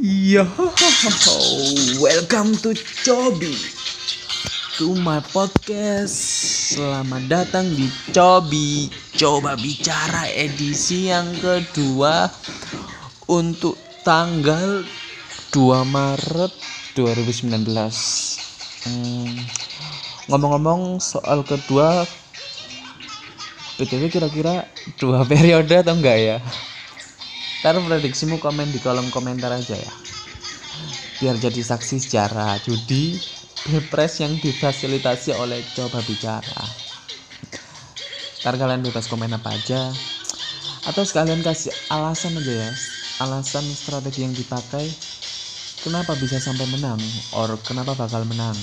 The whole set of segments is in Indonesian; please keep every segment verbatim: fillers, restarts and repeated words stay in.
Yo, welcome to Cobi, to my podcast. Selamat datang di Cobi, coba bicara edisi yang kedua untuk tanggal dua Maret dua ribu sembilan belas. Hmm, ngomong-ngomong soal kedua, B T W kira-kira dua periode atau enggak ya? Ntar prediksimu komen di kolom komentar aja ya, biar jadi saksi sejarah judi pilpres yang difasilitasi oleh Coba Bicara. Ntar kalian bebas komen apa aja, atau sekalian kasih alasan aja ya, alasan strategi yang dipakai kenapa bisa sampai menang, or kenapa bakal menang.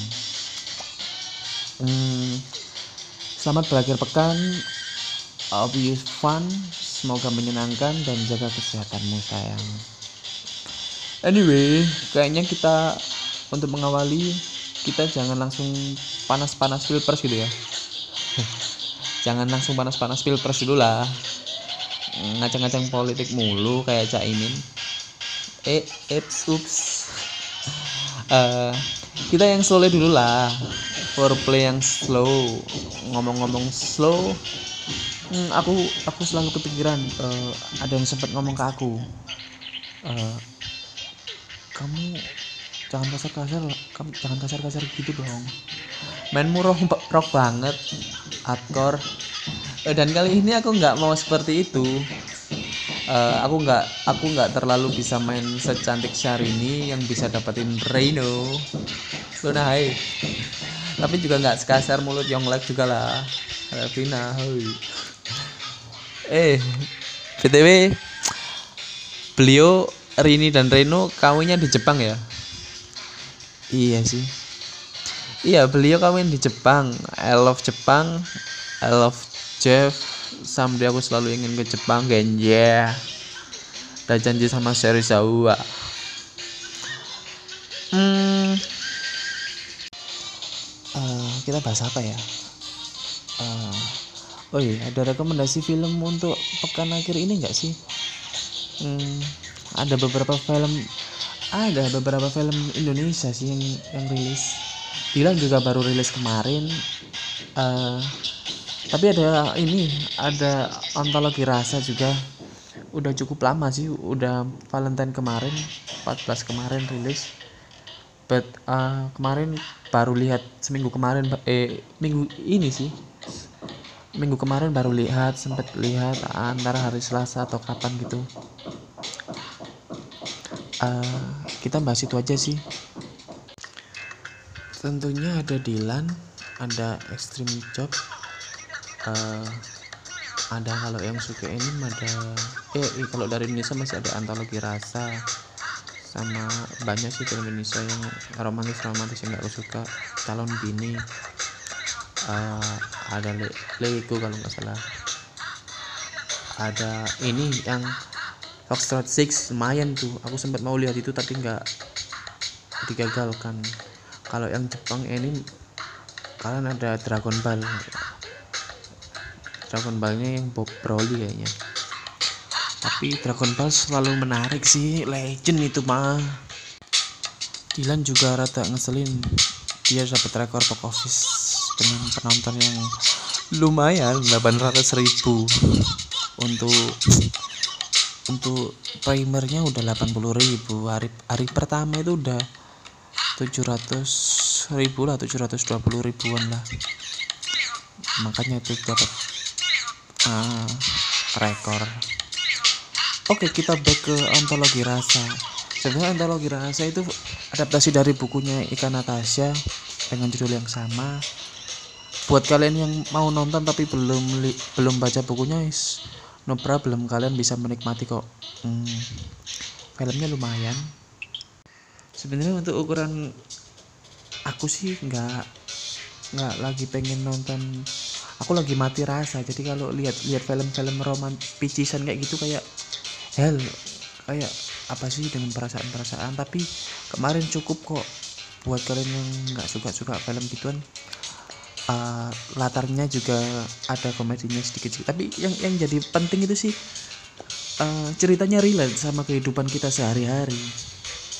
hmm, Selamat berakhir pekan, obvious fun, semoga menyenangkan dan jaga kesehatanmu sayang. Anyway, kayaknya kita untuk mengawali, kita jangan langsung panas-panas pilpres gitu ya. Jangan langsung panas-panas pilpres dulu lah, ngacang-ngacang politik mulu kayak Caimin. Eh, eps, ups. Uh, kita yang slow dulu lah, foreplay yang slow. Ngomong-ngomong slow, Hmm, aku aku selalu kepikiran, uh, ada yang sempat ngomong ke aku, uh, kamu jangan kasar-kasar, kamu jangan kasar-kasar gitu dong, mainmu rock, rock banget, hardcore. Uh, dan kali ini aku nggak mau seperti itu. Uh, aku nggak aku nggak terlalu bisa main secantik Syahrini yang bisa dapetin Reno, Luna Hai. Tapi juga nggak sekasar mulut Yonglek juga lah, Vina. Eh, B T W, beliau Rini dan Reno kawinnya di Jepang ya? Iya sih. Iya, beliau kawin di Jepang. I love Jepang. I love Jeff. Someday aku selalu ingin ke Jepang, genja. Udah janji sama Serizawa. Hmm. Uh, kita bahas apa ya? Uh, Oh iya, ada rekomendasi film untuk pekan akhir ini nggak sih? Hmm, ada beberapa film, ada beberapa film Indonesia sih yang yang rilis. Dilan juga baru rilis kemarin. Uh, tapi ada ini, ada antologi rasa juga. Udah cukup lama sih, udah Valentine kemarin, empat belas kemarin rilis. But uh, kemarin baru lihat seminggu kemarin, eh minggu ini sih. Minggu kemarin baru lihat, sempat lihat antara hari Selasa atau kapan gitu. Uh, kita bahas itu aja sih. Tentunya ada Dilan, ada Extreme Job, uh, ada kalau yang suka ini ada eh, eh kalau dari Indonesia masih ada antologi rasa, sama banyak sih film Indonesia yang romantis romantis yang nggak aku suka, calon bini. Uh, ada Le- Lego kalau nggak salah, ada ini yang Foxtrot Six, lumayan tuh, aku sempat mau lihat itu tapi nggak, digagalkan. Kalau yang Jepang ini kalian ada Dragon Ball, Dragon Ballnya yang Bob Broly kayaknya, tapi Dragon Ball selalu menarik sih, legend itu mah. Dylan juga rada ngeselin, dia dapat rekor box office dengan penonton yang lumayan delapan ratus ribu. Untuk untuk primernya udah delapan puluh ribu, hari hari pertama itu udah tujuh ratus ribu lah, tujuh ratus dua puluh ribuan lah, makanya itu dapat uh, rekor. Oke, kita back ke antologi rasa. Sebenarnya antologi rasa itu adaptasi dari bukunya Ika Natasha dengan judul yang sama. Buat kalian yang mau nonton tapi belum li, belum baca bukunya, is no problem, kalian bisa menikmati kok. Hmm, filmnya lumayan. Sebenarnya untuk ukuran aku sih nggak nggak lagi pengen nonton. Aku lagi mati rasa. Jadi kalau lihat lihat film-film roman picisan kayak gitu kayak hell, kayak apa sih dengan perasaan-perasaan. Tapi kemarin cukup kok buat kalian yang nggak suka-suka film gituan. Uh, latarnya juga ada komedinya sedikit-sedikit, tapi yang yang jadi penting itu sih uh, ceritanya relate sama kehidupan kita sehari-hari.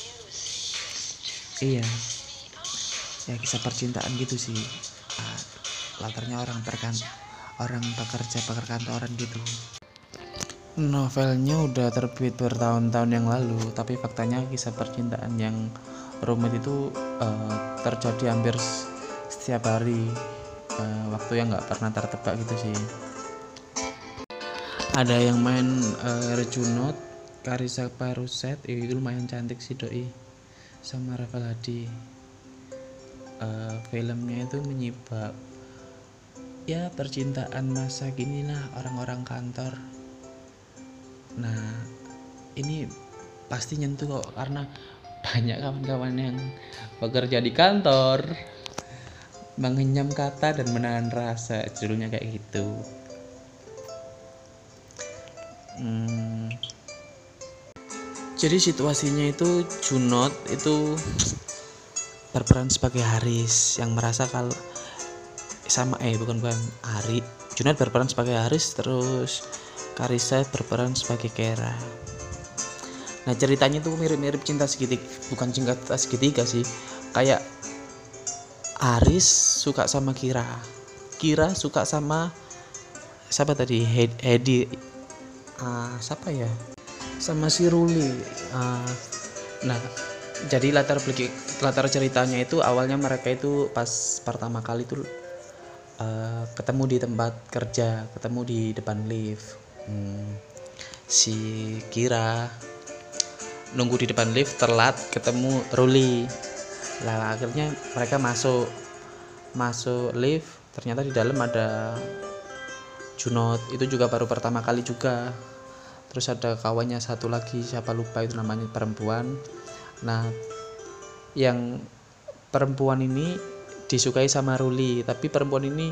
Iya, ya kisah percintaan gitu sih. Ah, latarnya orang perkan orang pekerja perkantoran gitu. Novelnya udah terbit bertahun-tahun yang lalu, tapi faktanya kisah percintaan yang rumit itu eh, terjadi hampir s- setiap hari. Eh, waktu yang nggak pernah tertebak gitu sih. Ada yang main eh, Herjunot, Karissa Paruset, eh, itu lumayan cantik sih doi, sama Rafael Hadi. Eh, filmnya itu menyibak ya percintaan masa kini lah orang-orang kantor. Nah, ini pasti nyentuh kok karena banyak kawan-kawan yang bekerja di kantor, mengenyam kata dan menahan rasa, judulnya kayak gitu. Hmm, jadi situasinya itu Junot itu berperan sebagai Haris yang merasa kalau sama eh bukan bukan Ari. Junot berperan sebagai Haris, terus Karissa berperan sebagai Kera. Nah ceritanya tuh mirip-mirip cinta segitiga, bukan cinta segitiga sih, kayak Aris suka sama Kira, Kira suka sama siapa tadi, Hedi, uh, siapa ya, sama si Ruli. Uh, nah jadi latar belakang latar ceritanya itu awalnya mereka itu pas pertama kali tuh uh, ketemu di tempat kerja, ketemu di depan lift. Hmm, si Kira nunggu di depan lift telat ketemu Ruli. Lah akhirnya mereka masuk masuk lift, ternyata di dalam ada Junot, itu juga baru pertama kali juga. Terus ada kawannya satu lagi, siapa lupa itu namanya, perempuan. Nah yang perempuan ini disukai sama Ruli, tapi perempuan ini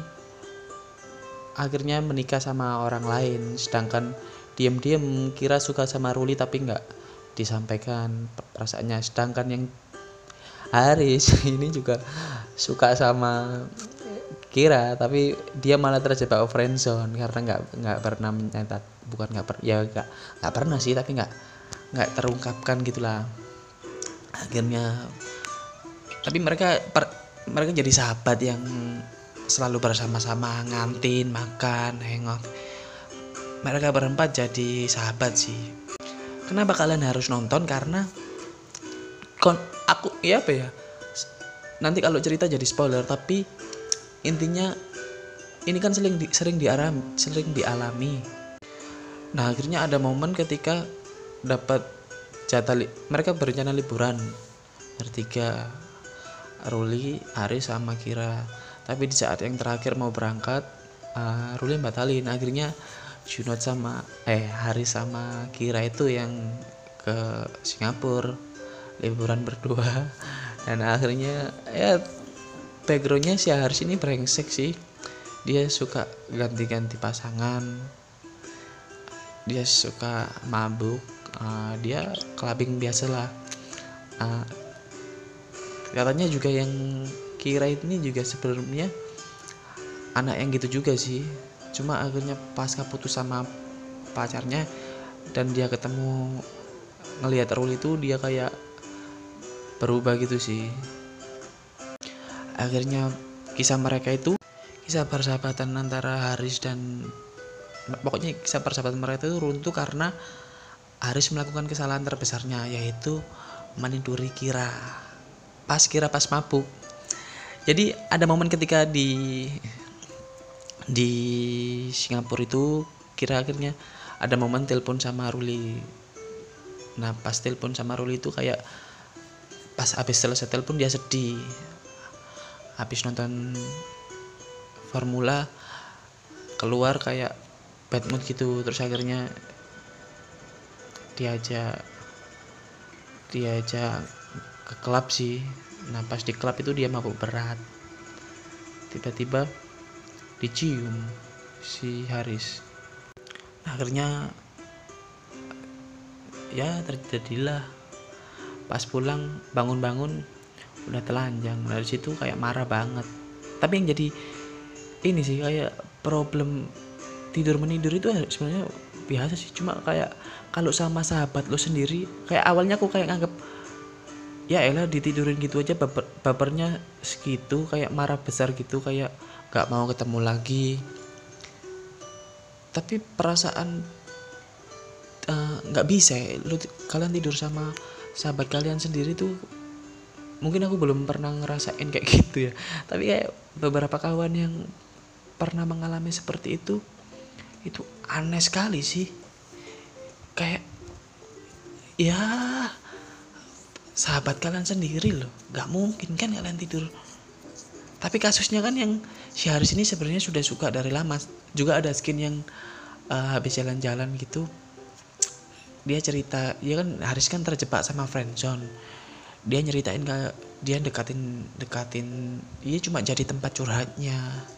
akhirnya menikah sama orang lain, sedangkan diam-diam Kira suka sama Ruli tapi nggak disampaikan perasaannya. Sedangkan yang Haris ini juga suka sama Kira, tapi dia malah terjebak friendzone karena nggak nggak pernah menyatat, bukan nggak per ya nggak nggak pernah sih, tapi nggak nggak terungkapkan gitulah. Akhirnya tapi mereka per, mereka jadi sahabat yang selalu bersama-sama, ngantin, makan, hangout. Mereka berempat jadi sahabat sih. Kenapa kalian harus nonton? Karena kon aku ya apa ya, nanti kalau cerita jadi spoiler, tapi intinya ini kan sering di, sering dialami sering dialami. Nah akhirnya ada momen ketika dapat jatah li, mereka berencana liburan bertiga, Ruli, Aris sama Kira, tapi di saat yang terakhir mau berangkat, uh, Ruli batalin. Akhirnya Junot sama eh Haris sama Kira itu yang ke Singapura liburan berdua. Dan akhirnya ya backgroundnya si Haris ini brengsek sih, dia suka ganti-ganti pasangan, dia suka mabuk, uh, dia clubbing biasa lah. uh, katanya juga yang Kira ini juga sebelumnya anak yang gitu juga sih, cuma akhirnya pas putus sama pacarnya dan dia ketemu ngelihat Ruli itu dia kayak berubah gitu sih. Akhirnya kisah mereka itu kisah persahabatan antara Haris dan pokoknya kisah persahabatan mereka itu runtuh karena Haris melakukan kesalahan terbesarnya, yaitu meniduri Kira pas Kira pas mabuk. Jadi ada momen ketika di di Singapura itu Kira akhirnya ada momen telepon sama Ruli. Nah pas telepon sama Ruli itu kayak pas habis selesai telepon dia sedih, habis nonton Formula keluar kayak bad mood gitu. Terus akhirnya diajak diajak ke klub sih. Nah pas di klub itu dia mabuk berat, tiba-tiba dicium si Haris. Nah, akhirnya ya terjadilah pas pulang bangun-bangun udah telanjang. Dari situ kayak marah banget. Tapi yang jadi ini sih kayak problem tidur menidur itu sebenarnya biasa sih, cuma kayak kalau sama sahabat lo sendiri, kayak awalnya aku kayak nganggep ya elah ditidurin gitu aja baper, bapernya segitu, kayak marah besar gitu, kayak gak mau ketemu lagi. Tapi perasaan eh, nggak uh, bisa lu kalian tidur sama sahabat kalian sendiri tuh, mungkin aku belum pernah ngerasain kayak gitu ya, tapi kayak beberapa kawan yang pernah mengalami seperti itu itu aneh sekali sih. Kayak ya sahabat kalian sendiri loh, nggak mungkin kan kalian tidur. Tapi kasusnya kan yang si Haris ini sebenarnya sudah suka dari lama. Juga ada skin yang uh, habis jalan-jalan gitu, dia cerita, dia kan Haris kan terjebak sama friendzone. Dia nyeritain kayak dia dekatin dekatin dia cuma jadi tempat curhatnya,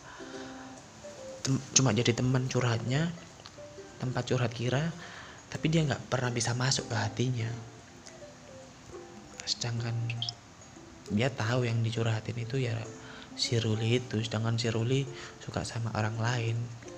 Tem- cuma jadi teman curhatnya, tempat curhat Kira, tapi dia nggak pernah bisa masuk ke hatinya. Sedangkan dia tahu yang dicurhatin itu ya si Ruli itu, sedangkan si Ruli suka sama orang lain.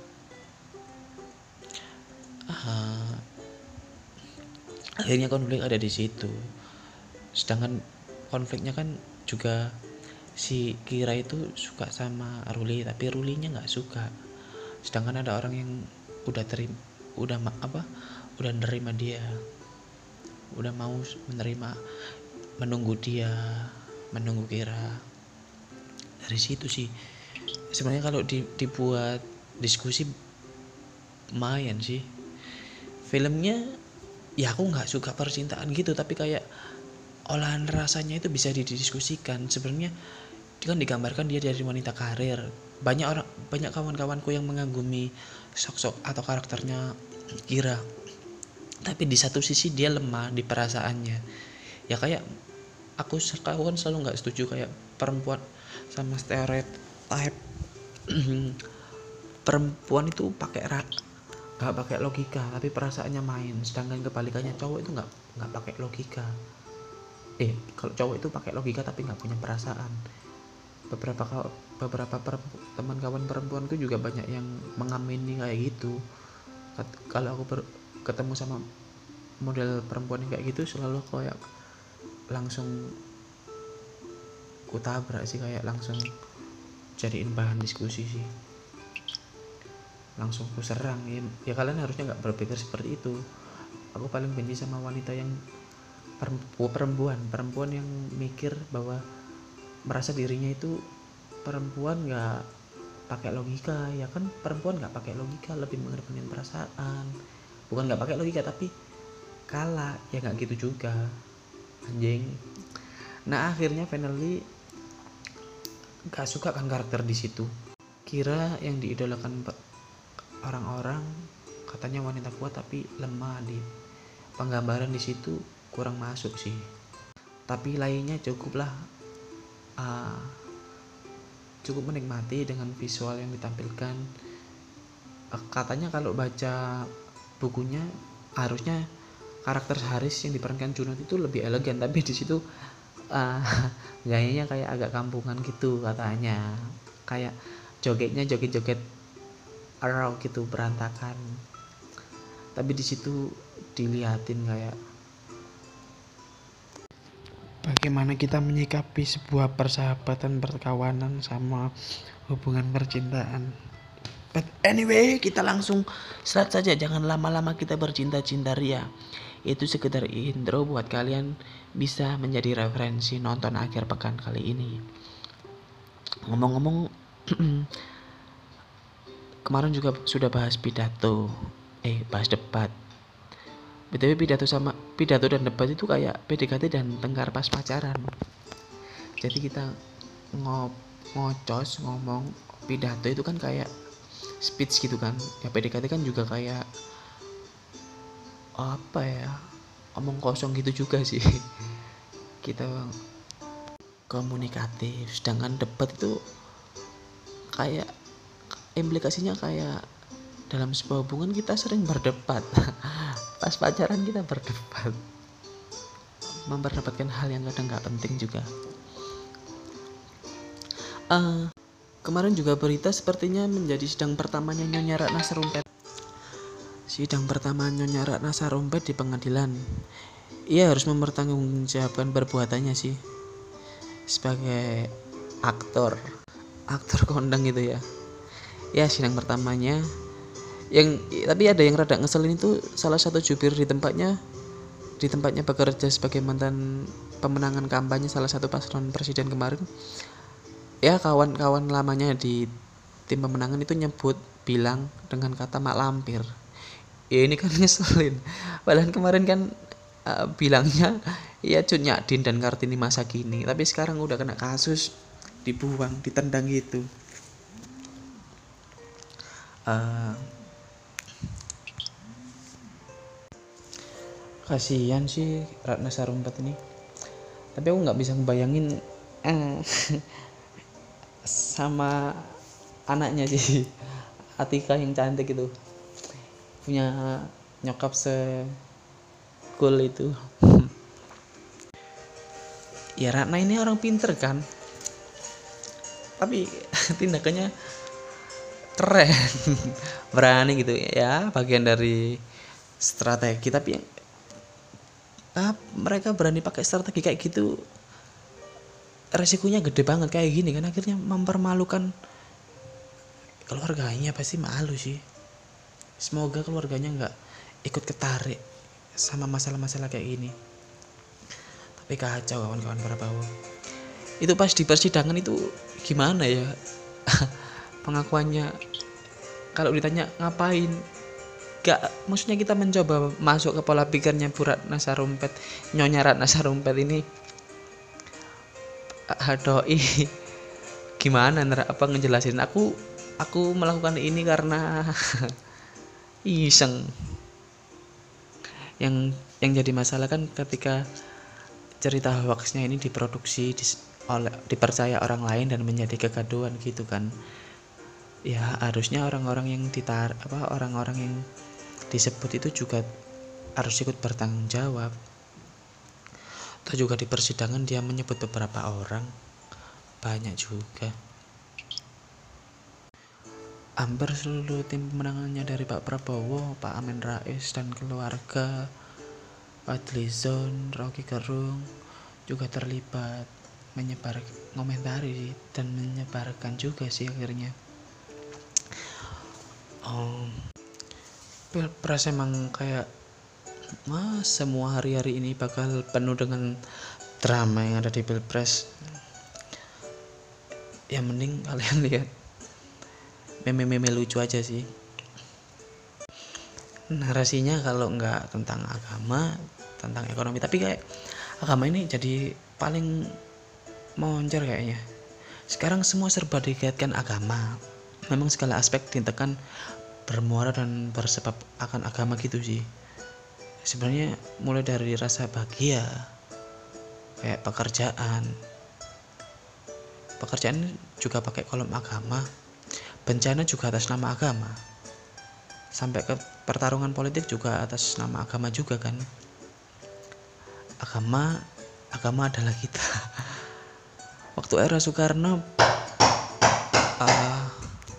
uh, akhirnya konflik ada di situ. Sedangkan konfliknya kan juga si Kira itu suka sama Ruli, tapi Rulinya nggak suka. Sedangkan ada orang yang udah terima, udah apa udah nerima dia, udah mau menerima, menunggu dia, menunggu Kira. Dari situ sih sebenarnya kalau di, dibuat diskusi lumayan sih filmnya. Ya aku nggak suka percintaan gitu, tapi kayak olahan rasanya itu bisa didiskusikan. Sebenarnya kan digambarkan dia dari wanita karir. Banyak orang, banyak kawan-kawanku yang mengagumi sosok atau karakternya Kira, tapi di satu sisi dia lemah di perasaannya. Ya kayak aku, aku kan selalu nggak setuju kayak perempuan sama stereotype perempuan itu pakai rak nggak pakai logika tapi perasaannya main, sedangkan kebalikannya cowok itu nggak nggak pakai logika. Eh kalau cowok itu pakai logika tapi nggak punya perasaan. Beberapa beberapa teman kawan perempuanku juga banyak yang mengamini kayak gitu. Kalau aku ber, ketemu sama model perempuan yang kayak gitu, selalu kayak langsung kutabrak sih, kayak langsung jadiin bahan diskusi sih, langsung ku serang. Ya, ya kalian harusnya nggak berpikir seperti itu. Aku paling benci sama wanita yang perempuan perempuan yang mikir bahwa merasa dirinya itu perempuan nggak pakai logika. Ya kan perempuan nggak pakai logika, lebih mengedepankan perasaan. Bukan nggak pakai logika tapi kalah. Ya nggak gitu juga, anjing. Nah akhirnya finally nggak suka kan karakter di situ. Kira yang diidolakan orang-orang katanya wanita kuat tapi lemah, di penggambaran di situ kurang masuk sih. Tapi lainnya cukuplah, uh, cukup menikmati dengan visual yang ditampilkan. Uh, katanya kalau baca bukunya harusnya karakter Haris yang diperankan Junot itu lebih elegan, tapi di situ uh, gayanya kayak agak kampungan gitu katanya. Kayak jogetnya joget-joget raw gitu, berantakan. Tapi di situ dilihatin kayak bagaimana kita menyikapi sebuah persahabatan, perkawanan sama hubungan percintaan. But anyway, kita langsung start saja, jangan lama-lama kita bercinta-cinta ria. Itu sekedar intro buat kalian bisa menjadi referensi nonton akhir pekan kali ini. Ngomong-ngomong kemarin juga sudah bahas pidato, eh bahas debat. B T W pidato sama pidato dan debat itu kayak P D K T dan tengkar pas pacaran. Jadi kita ngop ngocos ngomong, pidato itu kan kayak speech gitu kan. Ya P D K T kan juga kayak apa ya, omong kosong gitu juga sih. Kita komunikatif, sedangkan debat itu kayak implikasinya kayak dalam sebuah hubungan kita sering berdebat. Pas pacaran kita berdebat, memperdebatkan hal yang kadang gak penting juga. uh, Kemarin juga berita sepertinya menjadi sidang pertamanya Nyonya Ratna Sarumpait. Sidang pertama Nyonya Ratna Sarumpait di pengadilan. ia harus mempertanggungjawabkan perbuatannya sih sebagai aktor aktor kondang gitu ya. Ya sidang pertamanya yang tapi ada yang rada ngeselin itu salah satu jubir di tempatnya di tempatnya bekerja sebagai mantan pemenangan kampanye salah satu paslon presiden kemarin. Ya kawan-kawan lamanya di tim pemenangan itu nyebut bilang dengan kata mak lampir. Ya ini kan ngeselin. Padahal kemarin kan uh, bilangnya ya Cut Nyak dan Kartini masa kini, tapi sekarang udah kena kasus dibuang, ditendang gitu. Uh, kasihan sih Ratna Sarumpait ini. Tapi aku nggak bisa ngebayangin eh, sama anaknya sih Atika yang cantik itu, punya nyokap se cool itu. Ya Ratna ini orang pinter kan, tapi tindakannya keren. Berani gitu ya, bagian dari strategi. Tapi yang ah, mereka berani pakai strategi kayak gitu, resikonya gede banget kayak gini kan, akhirnya mempermalukan keluarganya. Pasti malu sih. Semoga keluarganya nggak ikut ketarik sama masalah-masalah kayak gini. Tapi kacau kawan-kawan Prabowo. Itu pas di persidangan itu gimana ya pengakuannya, kalau ditanya ngapain, gak, maksudnya kita mencoba masuk ke pola pikirnya Bu Ratna Sarumpait, Nyonya Ratna Sarumpait ini. Doi gimana apa ngejelasin, aku aku melakukan ini karena iseng. Yang yang jadi masalah kan ketika cerita hoaxnya ini diproduksi di, oleh dipercaya orang lain dan menjadi kegaduhan gitu kan. Ya harusnya orang-orang yang ditar apa orang-orang yang disebut itu juga harus ikut bertanggung jawab. Atau juga di persidangan dia menyebut beberapa orang, banyak juga. Hampir seluruh tim pemenangannya dari Pak Prabowo, Pak Amin Rais dan keluarga, Fadlizon, Rocky Gerung juga terlibat menyebar komentari dan menyebarkan juga sih akhirnya. Um, Pilpres emang kayak Mas, semua hari-hari ini bakal penuh dengan drama yang ada di Pilpres. Ya mending kalian lihat meme-meme lucu aja sih. Narasinya kalau nggak tentang agama, tentang ekonomi, tapi kayak agama ini jadi paling moncer kayaknya. Sekarang semua serba dikaitkan agama. Memang segala aspek ditekan bermuara dan bersebab akan agama gitu sih. Sebenarnya mulai dari rasa bahagia, kayak pekerjaan pekerjaan juga pakai kolom agama, bencana juga atas nama agama, sampai ke pertarungan politik juga atas nama agama juga kan. Agama agama adalah kita. Waktu era Soekarno uh,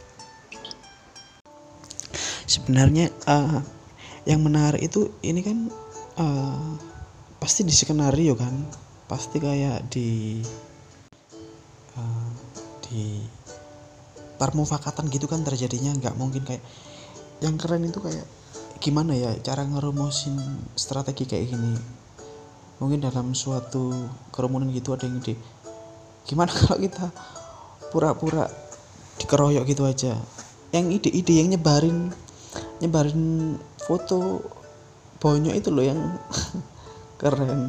sebenarnya uh, yang menarik itu ini kan uh, pasti di skenario kan, pasti kayak di uh, di permufakatan gitu kan terjadinya. Nggak mungkin kayak yang keren itu kayak gimana ya cara ngerumusin strategi kayak gini. Mungkin dalam suatu kerumunan gitu ada yang ide, gimana kalau kita pura-pura dikeroyok gitu aja. Yang ide-ide yang nyebarin nyebarin foto bonyok itu loh yang keren.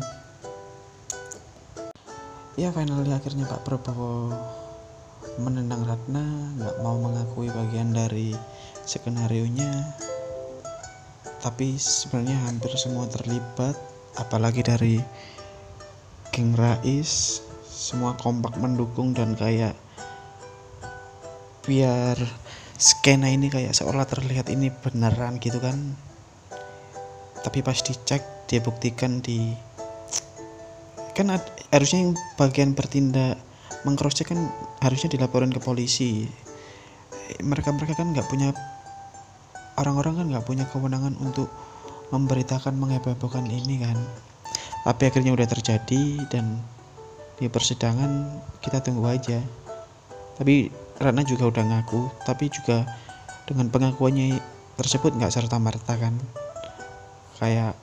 Ya finally akhirnya Pak Prabowo menendang Ratna, nggak mau mengakui bagian dari skenarionya. Tapi sebenarnya hampir semua terlibat, apalagi dari King Rais, semua kompak mendukung dan kayak biar skena ini kayak seolah terlihat ini beneran gitu kan. Tapi pas dicek dia buktikan di kan ad, harusnya yang bagian bertindak mengcross check kan harusnya dilaporin ke polisi. Mereka mereka kan nggak punya orang-orang kan nggak punya kewenangan untuk memberitakan menghebohkan ini kan. Tapi akhirnya udah terjadi dan di persidangan kita tunggu aja. Tapi Ratna juga udah ngaku, tapi juga dengan pengakuannya tersebut nggak serta-merta kan kayak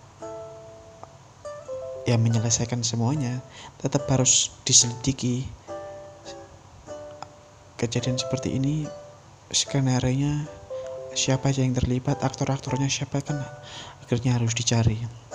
ya menyelesaikan semuanya, tetap harus diselidiki. Kejadian seperti ini skenario-nya siapa aja yang terlibat, aktor-aktornya siapa kan akhirnya harus dicari.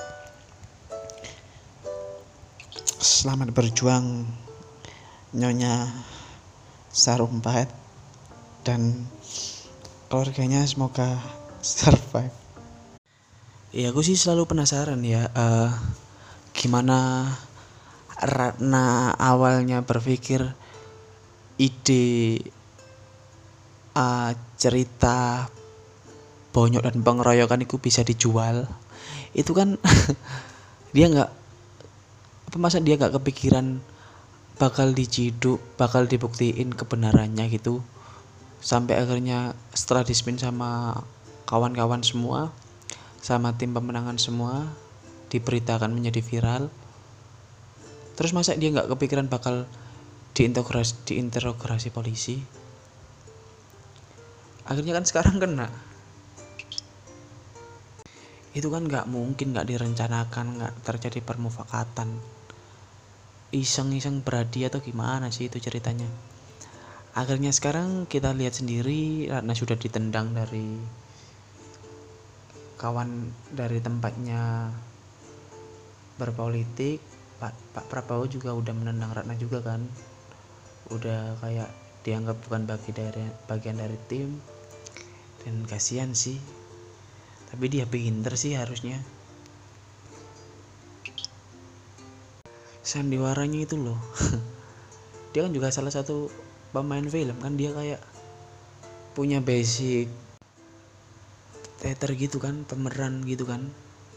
Selamat berjuang Nyonya Sarumpait dan keluarganya, semoga survive. Ya aku sih selalu penasaran ya uh, gimana Ratna awalnya berpikir ide uh, cerita bonyok dan pengeroyokan itu bisa dijual. Itu kan dia nggak apa masa dia nggak kepikiran bakal diciduk, bakal dibuktiin kebenarannya gitu. Sampai akhirnya setelah dispin sama kawan-kawan semua, sama tim pemenangan semua, diberitakan menjadi viral. Terus masa dia nggak kepikiran bakal diinterogasi, diinterogasi polisi? Akhirnya kan sekarang kena. Itu kan nggak mungkin, nggak direncanakan, nggak terjadi permufakatan, iseng-iseng berhadi atau gimana sih itu ceritanya. Akhirnya sekarang kita lihat sendiri, Ratna sudah ditendang dari kawan dari tempatnya berpolitik. Pak, Pak Prabowo juga udah menendang Ratna juga kan, udah kayak dianggap bukan bagi dari, bagian dari tim. Dan kasihan sih, tapi dia pinter sih harusnya. Sandiwaranya itu loh dia kan juga salah satu pemain film kan, dia kayak punya basic teater gitu kan, pemeran gitu kan.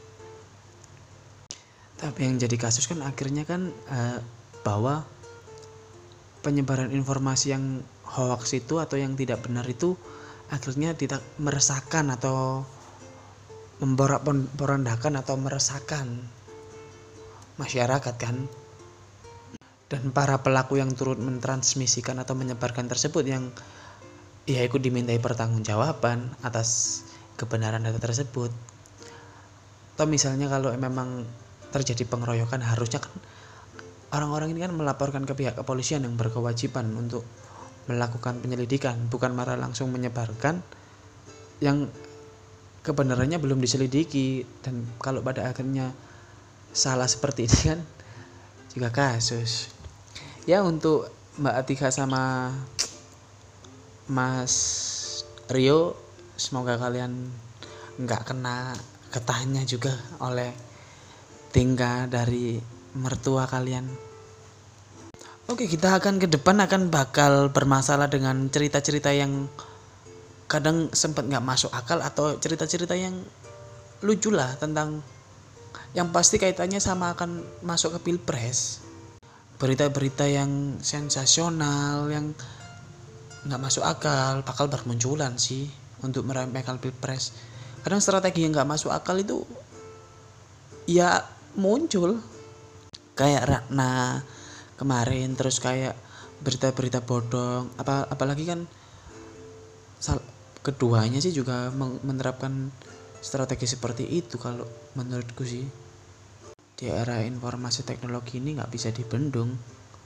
Tapi yang jadi kasus kan akhirnya kan uh, bahwa penyebaran informasi yang hoax itu atau yang tidak benar itu akhirnya tidak meresahkan atau memporak-porandakan atau meresahkan masyarakat kan. Dan para pelaku yang turut mentransmisikan atau menyebarkan tersebut yang ya ikut dimintai pertanggungjawaban atas kebenaran data tersebut. Atau misalnya kalau memang terjadi pengeroyokan, harusnya kan orang-orang ini kan melaporkan ke pihak kepolisian yang berkewajiban untuk melakukan penyelidikan, bukan malah langsung menyebarkan yang kebenarannya belum diselidiki. Dan kalau pada akhirnya salah seperti ini kan juga kasus. Ya untuk Mbak Atika sama Mas Rio, semoga kalian nggak kena getahnya juga oleh tingkah dari mertua kalian. Oke, kita akan ke depan akan bakal bermasalah dengan cerita-cerita yang kadang sempat nggak masuk akal atau cerita-cerita yang lucu lah, tentang yang pasti kaitannya sama akan masuk ke pilpres. Berita-berita yang sensasional yang nggak masuk akal bakal bermunculan sih untuk meremehkan pilpres. Kadang strategi yang nggak masuk akal itu ya muncul, kayak Ratna kemarin, terus kayak berita-berita bodong apa apalagi kan sal- keduanya sih juga menerapkan strategi seperti itu. Kalau menurutku sih di era informasi teknologi ini nggak bisa dibendung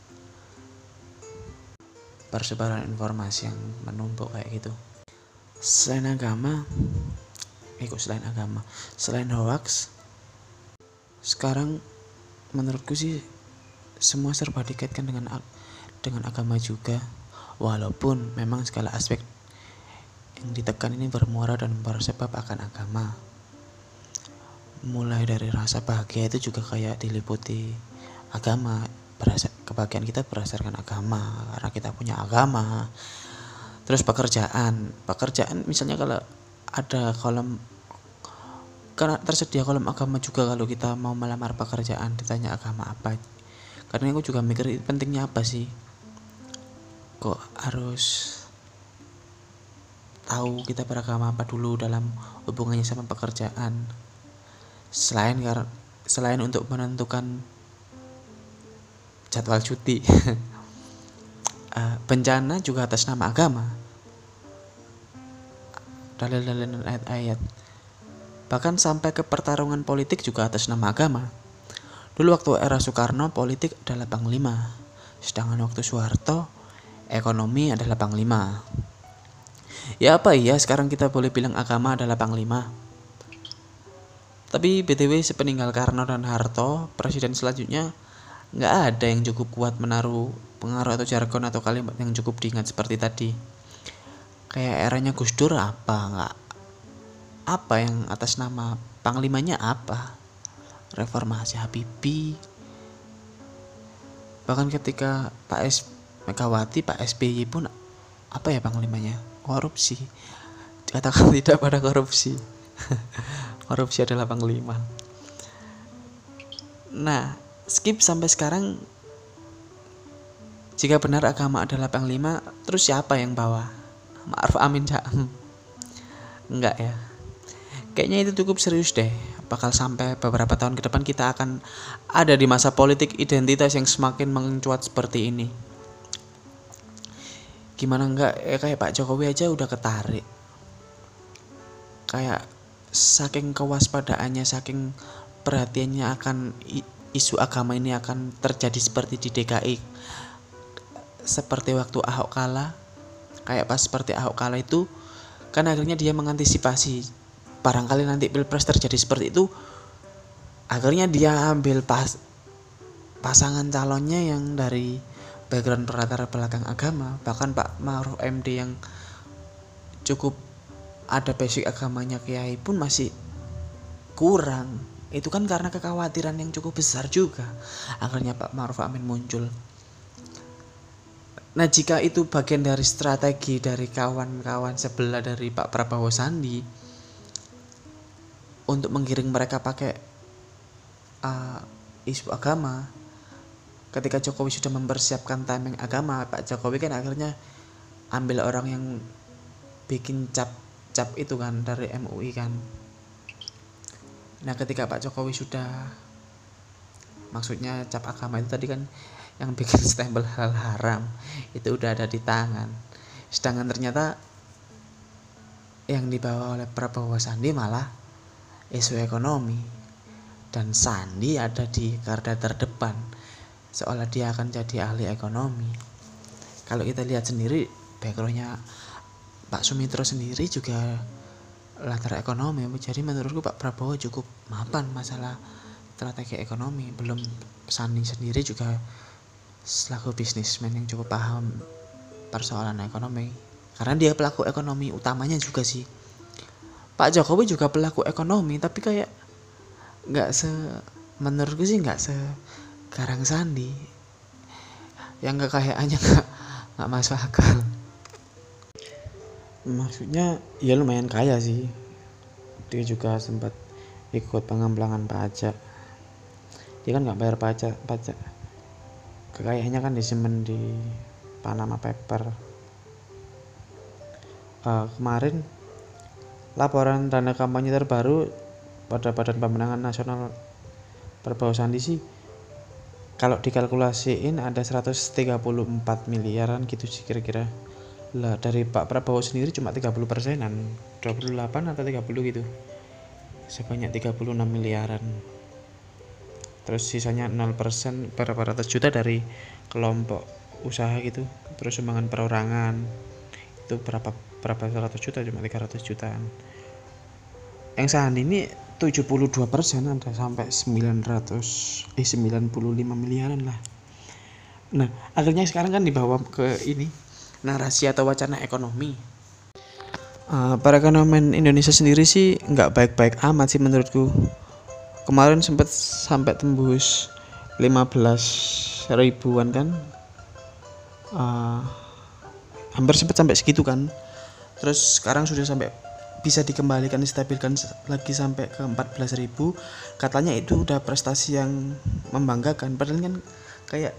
persebaran informasi yang menumpuk kayak gitu. Selain agama, eh kok selain agama, selain hoax, sekarang menurutku sih semua serba dikaitkan dengan dengan agama juga, walaupun memang segala aspek yang ditekan ini bermuara dan bersebab akan agama. Mulai dari rasa bahagia itu juga kayak diliputi agama, berasa, kebahagiaan kita berdasarkan agama karena kita punya agama. Terus pekerjaan, pekerjaan misalnya kalau ada kolom, karena tersedia kolom agama juga kalau kita mau melamar pekerjaan, ditanya agama apa. Karena aku juga mikir pentingnya apa sih kok harus tahu kita beragama apa dulu dalam hubungannya sama pekerjaan. Selain karena selain untuk menentukan jadwal cuti. uh, bencana juga atas nama agama, dalil-dalil dan ayat-ayat, bahkan sampai ke pertarungan politik juga atas nama agama. Dulu waktu era Soekarno politik adalah panglima, sedangkan waktu Soeharto ekonomi adalah panglima. Ya apa iya sekarang kita boleh bilang agama adalah panglima? Tapi B T W sepeninggal Karno dan Harto, presiden selanjutnya nggak ada yang cukup kuat menaruh pengaruh atau jargon atau kalimat yang cukup diingat seperti tadi. Kayak eranya Gus Dur apa nggak? Apa yang atas nama panglimanya apa? Reformasi Habibie. Bahkan ketika Pak S Megawati, Pak S B Y pun apa ya panglimanya? Korupsi. Dikatakan tidak pada korupsi. Korupsi adalah panglima. Nah, skip sampai sekarang. Jika benar agama adalah panglima, terus siapa yang bawa? Ma'ruf Amin Jaem? Enggak ya. Kayaknya itu cukup serius deh. Bakal sampai beberapa tahun ke depan kita akan ada di masa politik identitas yang semakin mencuat seperti ini. Gimana enggak ya, kayak Pak Jokowi aja udah ketarik. Kayak saking kewaspadaannya, saking perhatiannya akan isu agama ini akan terjadi seperti di D K I, seperti waktu Ahok kalah. Kayak pas seperti Ahok kalah itu kan akhirnya dia mengantisipasi barangkali nanti pilpres terjadi seperti itu, akhirnya dia ambil pas pasangan calonnya yang dari background latar belakang agama. Bahkan Pak Ma'ruf M D yang cukup ada basic agamanya kiai pun masih kurang. Itu kan karena kekhawatiran yang cukup besar juga. Akhirnya Pak Ma'ruf Amin muncul. Nah, jika itu bagian dari strategi dari kawan-kawan sebelah dari Pak Prabowo Sandi untuk menggiring mereka pakai uh, isu agama, ketika Jokowi sudah mempersiapkan timing agama, Pak Jokowi kan akhirnya ambil orang yang bikin cap cap itu kan dari M U I kan. Nah, ketika Pak Jokowi sudah, maksudnya cap agama itu tadi kan yang bikin stempel hal haram itu udah ada di tangan. Sedangkan ternyata yang dibawa oleh Prabowo Sandi malah isu ekonomi, dan Sandi ada di garda terdepan seolah dia akan jadi ahli ekonomi. Kalau kita lihat sendiri backgroundnya Pak Sumitro sendiri juga latar ekonomi, jadi menurutku Pak Prabowo cukup mapan masalah strategi ekonomi. Belum Sandi sendiri juga selaku bisnismen yang cukup paham persoalan ekonomi, karena dia pelaku ekonomi utamanya juga sih. Pak Jokowi juga pelaku ekonomi, tapi kayak nggak se menurutku sih nggak sekarang Sandi, yang kekayaannya nggak nggak masuk akal. Maksudnya ya lumayan kaya sih, dia juga sempat ikut pengambangan pajak, dia kan nggak bayar pajak pajak kekayaannya kan disimpan di Panama Paper. Uh, kemarin laporan dana kampanye terbaru pada Badan Pemenangan Nasional Prabowo Sandi sih, kalau dikalkulasiin ada seratus tiga puluh empat miliaran gitu sih kira-kira. Lah dari Pak Prabowo sendiri cuma tiga puluh persenan, dua puluh delapan atau tiga puluh gitu, sebanyak tiga puluh enam miliaran. Terus sisanya nol persen berapa ratus juta dari kelompok usaha gitu. Terus sumbangan perorangan itu berapa berapa ratus juta, cuma tiga ratus jutaan. Yang Sandi ini tujuh puluh dua persen, ada sampai sembilan ratus eh sembilan puluh lima miliaran lah. Nah, akhirnya sekarang kan dibawa ke ini narasi atau wacana ekonomi. Uh, perekonomian Indonesia sendiri sih nggak baik-baik amat sih menurutku. Kemarin sempat sampai tembus lima belas ribuan kan, uh, hampir sempat sampai segitu kan. Terus sekarang sudah sampai bisa dikembalikan, distabilkan lagi sampai ke empat belas ribu. Katanya itu udah prestasi yang membanggakan. Padahal kan kayak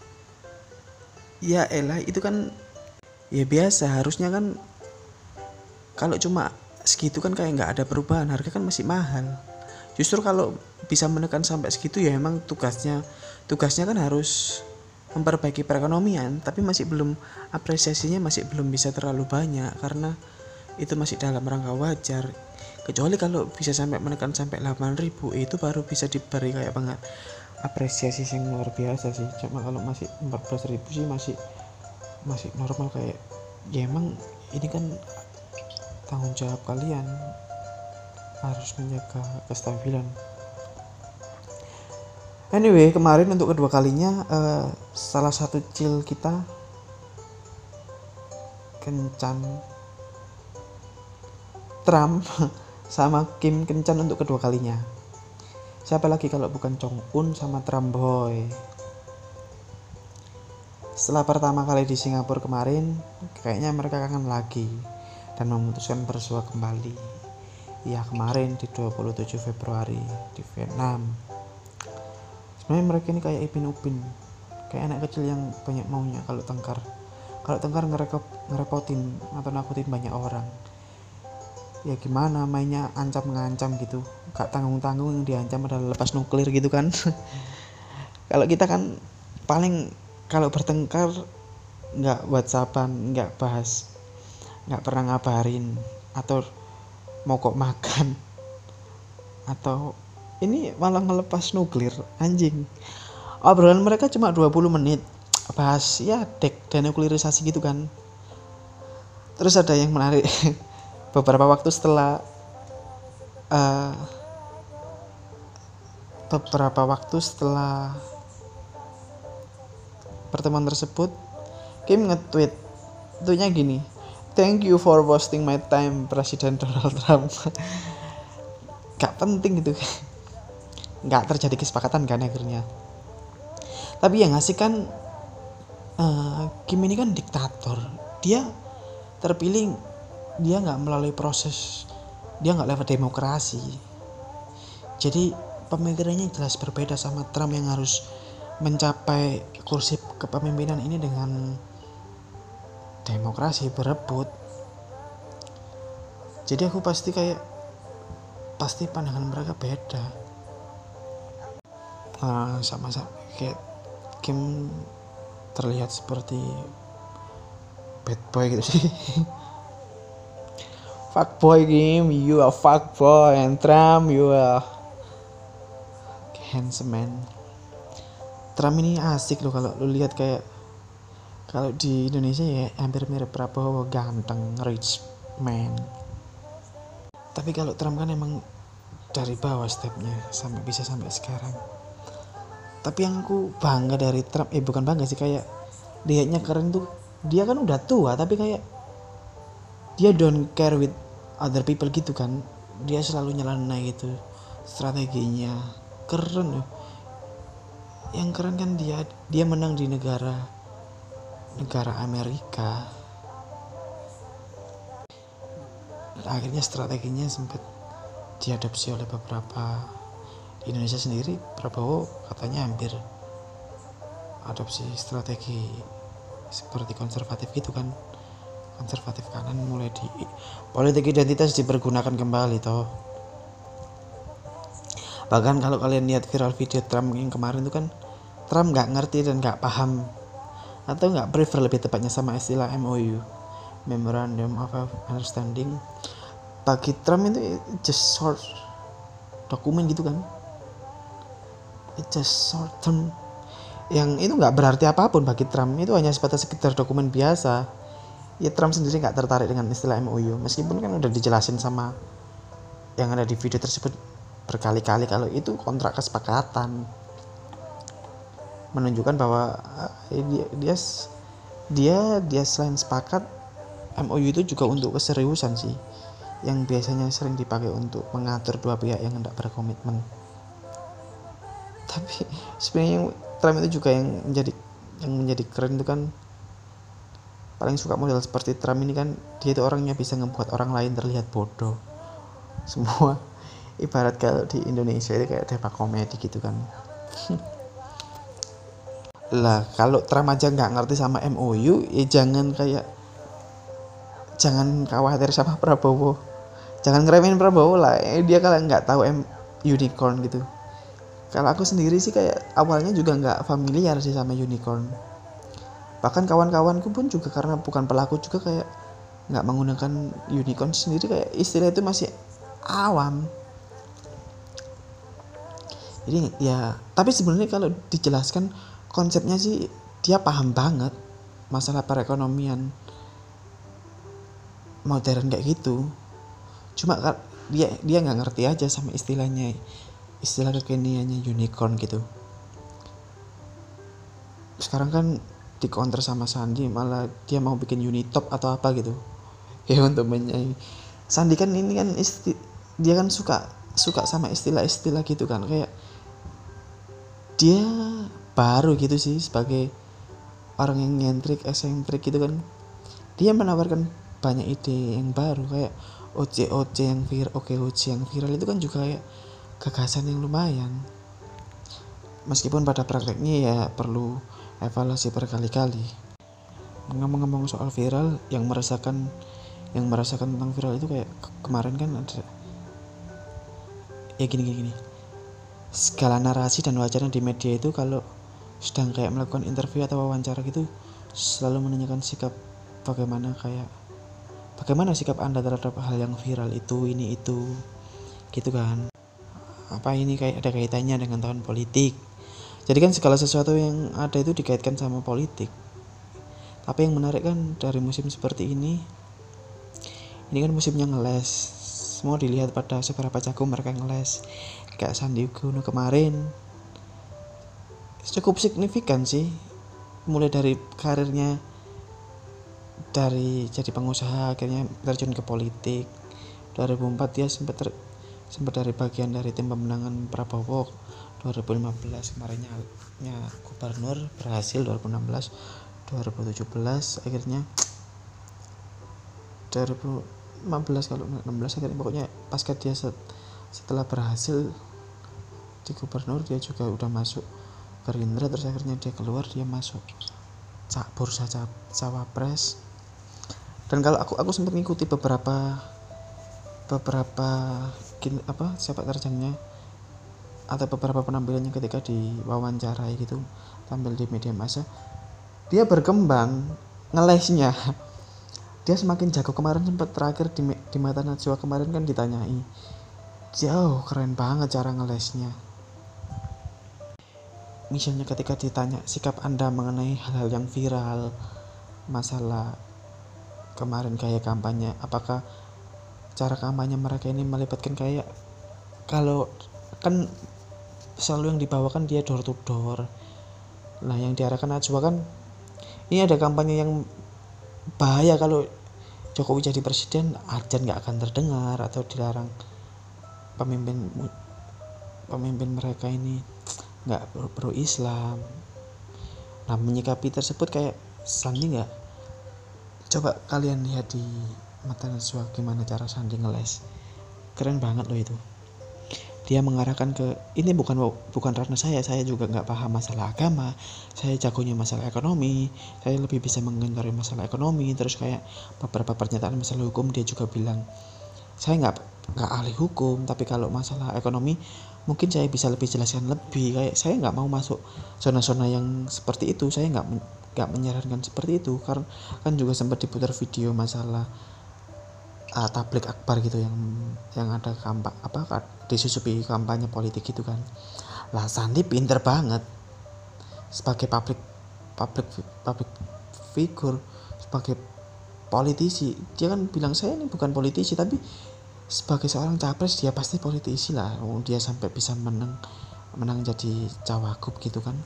ya elah, itu kan ya biasa. Harusnya kan kalau cuma segitu kan kayak nggak ada perubahan, harga kan masih mahal. Justru kalau bisa menekan sampai segitu ya emang tugasnya tugasnya kan harus memperbaiki perekonomian, tapi masih belum, apresiasinya masih belum bisa terlalu banyak karena itu masih dalam rangka wajar. Kecuali kalau bisa sampai menekan sampai delapan ribu, itu baru bisa diberi kayak banget apresiasi yang luar biasa sih. Cuma kalau masih empat belas ribu sih masih masih normal, kayak ya emang ini kan tanggung jawab kalian harus menjaga kestabilan. Anyway, kemarin untuk kedua kalinya uh, salah satu chill kita kencan Trump sama Kim kencan untuk kedua kalinya. Siapa lagi kalau bukan Jong Un sama Trump boy. Setelah pertama kali di Singapura kemarin, kayaknya mereka kangen lagi dan memutuskan bersua kembali. Ya kemarin di dua puluh tujuh Februari di Vietnam. Sebenarnya mereka ini kayak Ipin Upin, kayak anak kecil yang banyak maunya. Kalau tengkar kalau tengkar ngerekop, ngerepotin atau nakutin banyak orang. Ya gimana, mainnya ancam ngancam gitu, gak tanggung-tanggung, yang diancam adalah lepas nuklir gitu kan. Kalau kita kan paling kalau bertengkar nggak whatsappan, nggak bahas, nggak pernah ngabarin, atau mogok makan, atau ini malah ngelepas nuklir. Anjing, obrolan mereka cuma dua puluh menit bahas ya dek dan nuklirisasi gitu kan. Terus ada yang menarik. Beberapa waktu setelah uh, beberapa waktu setelah pertemuan tersebut, Kim nge-tweet, tweetnya gini, "Thank you for wasting my time, Presiden Donald Trump." Gak penting gitu, gak terjadi kesepakatan kan akhirnya. Tapi yang ngasih kan uh, Kim ini kan diktator, dia terpilih, dia nggak melalui proses, dia nggak lewat demokrasi. Jadi pemikirannya jelas berbeda sama Trump yang harus mencapai kursi kepemimpinan ini dengan demokrasi, berebut. Jadi aku pasti kayak pasti pandangan mereka beda. Nah, sama-sama kayak Kim terlihat seperti bad boy gitu sih. Fuck boy Kim, you are fuck boy, and Trump you are handsome man. Trump ini asik loh kalau lu lihat, kayak kalau di Indonesia ya hampir mirip Prabowo, ganteng, rich man. Tapi kalau Trump kan emang dari bawah stepnya sampai bisa sampai sekarang. Tapi yang aku bangga dari Trump, eh bukan bangga sih, kayak lihatnya keren tuh, dia kan udah tua tapi kayak dia don't care with other people gitu kan. Dia selalu nyeleneh gitu, strateginya keren loh. Yang keren kan dia dia menang di negara negara Amerika. Dan akhirnya strateginya sempat diadopsi oleh beberapa. Di Indonesia sendiri Prabowo katanya hampir adopsi strategi seperti konservatif gitu kan. Konservatif kanan mulai di politik identitas dipergunakan kembali toh. Bahkan kalau kalian lihat viral video Trump yang kemarin itu kan, Trump nggak ngerti dan nggak paham, atau nggak prefer lebih tepatnya sama istilah M O U, Memorandum of Understanding. Bagi Trump itu just short dokumen gitu kan, it's just short term, yang itu nggak berarti apapun bagi Trump. Itu hanya sebatas sekedar dokumen biasa. Ya Trump sendiri nggak tertarik dengan istilah M O U, meskipun kan udah dijelasin sama yang ada di video tersebut berkali-kali kalau itu kontrak kesepakatan, menunjukkan bahwa eh, dia, dia dia dia selain sepakat, M O U itu juga untuk keseriusan sih, yang biasanya sering dipakai untuk mengatur dua pihak yang tidak berkomitmen. Tapi sebenarnya yang Trump itu juga yang menjadi yang menjadi keren itu kan, paling suka model seperti Trump ini kan, dia itu orangnya bisa ngebuat orang lain terlihat bodoh semua. Ibarat kalau di Indonesia itu kayak depak komedi gitu kan. Lah kalau Trump aja nggak ngerti sama M O U, ya jangan kayak jangan khawatir sama Prabowo, jangan ngeremehin Prabowo lah. Eh, dia kalau nggak tahu M unicorn gitu. Kalau aku sendiri sih kayak awalnya juga nggak familiar sih sama unicorn. Bahkan kawan-kawanku pun juga karena bukan pelaku juga kayak nggak menggunakan unicorn sendiri, kayak istilah itu masih awam. Jadi ya, tapi sebenarnya kalau dijelaskan konsepnya sih dia paham banget masalah perekonomian modern kayak gitu. Cuma dia dia nggak ngerti aja sama istilahnya, istilah kekiniannya unicorn gitu. Sekarang kan di counter sama Sandi, malah dia mau bikin Unitop atau apa gitu ya untuk menyanyi. Sandi kan ini kan isti, dia kan suka suka sama istilah-istilah gitu kan, kayak dia baru gitu sih sebagai orang yang nyentrik, eksentrik gitu kan. Dia menawarkan banyak ide yang baru, kayak O C O C yang viral, oke O C yang viral itu kan juga kayak gagasan yang lumayan. Meskipun pada prakteknya ya perlu evaluasi berkali-kali. Ngomong-ngomong soal viral, yang merasakan yang merasakan tentang viral itu kayak kemarin kan ada ya gini-gini gini. Segala narasi dan wacana di media itu kalau sedang kayak melakukan interview atau wawancara gitu selalu menanyakan sikap bagaimana kayak bagaimana sikap Anda terhadap hal yang viral itu, ini itu gitu kan. Apa ini kayak ada kaitannya dengan tahun politik. Jadi kan segala sesuatu yang ada itu dikaitkan sama politik. Tapi yang menarik kan dari musim seperti ini, ini kan musimnya ngeles. Semua dilihat pada seberapa jago mereka ngeles. Kayak Sandiaga Uno kemarin cukup signifikan sih, mulai dari karirnya dari jadi pengusaha akhirnya terjun ke politik. dua ribu empat dia sempat ter, sempat dari bagian dari tim pemenangan Prabowo. dua ribu lima belas kemarinnya nya gubernur berhasil. dua ribu enam belas dua ribu tujuh belas akhirnya dua ribu lima belas kalau enam belas akhirnya pokoknya pasca dia set, setelah berhasil di gubernur dia juga udah masuk Gerindra, terus akhirnya dia keluar, dia masuk cak bursa cawapres. Dan kalau aku aku sempat ngikuti beberapa beberapa kin, apa sepak terjangnya atau beberapa penampilannya ketika diwawancarai gitu, tampil di media massa, dia berkembang ngelesnya. Dia semakin jago. Kemarin sempat terakhir di, di Mata Najwa kemarin kan ditanyai, jauh keren banget cara ngelesnya. Misalnya ketika ditanya sikap Anda mengenai hal-hal yang viral, masalah kemarin kayak kampanye, apakah cara kampanye mereka ini melibatkan kayak, kalau kan selalu yang dibawakan dia door to door. Nah yang diarahkan Najwa kan ini ada kampanye yang bahaya, kalau Jokowi jadi presiden azan nggak akan terdengar atau dilarang pemimpin pemimpin mereka ini nggak pro Islam. Nah menyikapi tersebut kayak Sandi nggak, coba kalian lihat di Mata Najwa gimana cara Sandi ngeles, keren banget loh itu. Dia mengarahkan ke ini bukan bukan karena saya saya juga nggak paham masalah agama, saya jagonya masalah ekonomi, saya lebih bisa mengentori masalah ekonomi. Terus kayak beberapa pernyataan masalah hukum dia juga bilang, saya nggak nggak ahli hukum, tapi kalau masalah ekonomi mungkin saya bisa lebih jelaskan lebih. Kayak saya nggak mau masuk zona-zona yang seperti itu, saya nggak nggak menyarankan seperti itu. Karena kan juga sempat diputar video masalah uh, tablik akbar gitu yang yang ada kampanye apa disusupi kampanye politik gitu kan. Lah Sandi pinter banget sebagai public public public figure, sebagai politisi. Dia kan bilang saya ini bukan politisi, tapi sebagai seorang capres dia pasti politisi lah. Oh, dia sampai bisa menang menang jadi cawagup gitu kan.